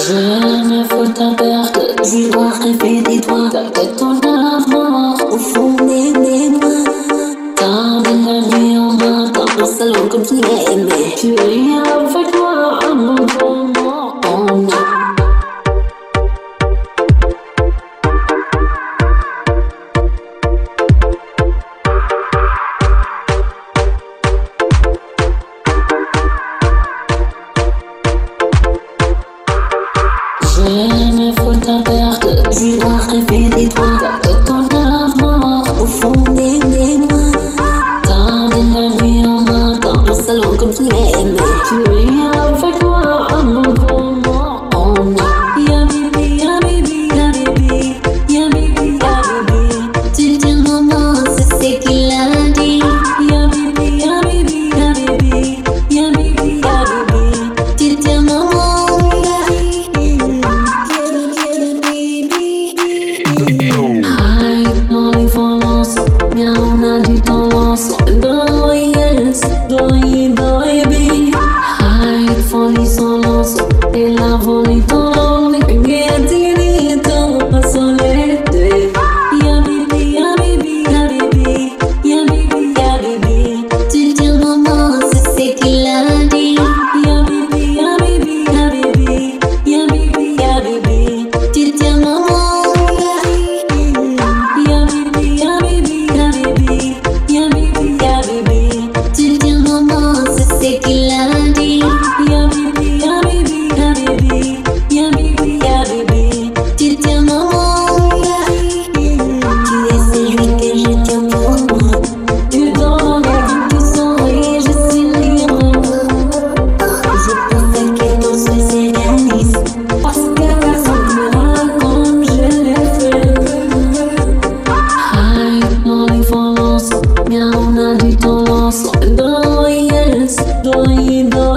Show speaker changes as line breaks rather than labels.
Je me fous ta perte, je dois rêver des doigts de ton amour au fond des mémoires. Tant de la nuit en matin, dans le salon comme tu l'aimais. Tu es avec moi, amour pour moi, on est. Je me fous ta perte, je dois rêver des doigts de ton amour au fond des mémoires. Tant de la nuit en matin, dans le salon comme tu l'aimais. Tu es avec moi, amour pour moi, on est. Ya baby, ya baby, ya baby, ya baby, ya baby. Tu dis maman, c'est ce qu'il a dit. Ya baby, ya baby, ya baby, ya baby, ya baby. Tu dis maman. Una di tolos, doyes, doy, baby. Hide folly solos, e la voli tolong, getting to solete. Ya baby, ya baby, ya baby, ya baby, ya baby. Tu dis maman, c'est ce qu'il a dit. Ya baby, ya baby, ya baby, ya baby, ya baby. Tu dis maman. C'est qu'il a dit. Ya baby, ya baby, ya baby, ya baby, ya baby. Tu tiens maman. Tu es celui que je tiens pour moi. Tu donnes tu souris, je suis libre. Je pensais que ton souhait se réalise, parce que personne me raconte, je l'ai fait. Hide no influence, mia una di tolos, doyes, doy, doy.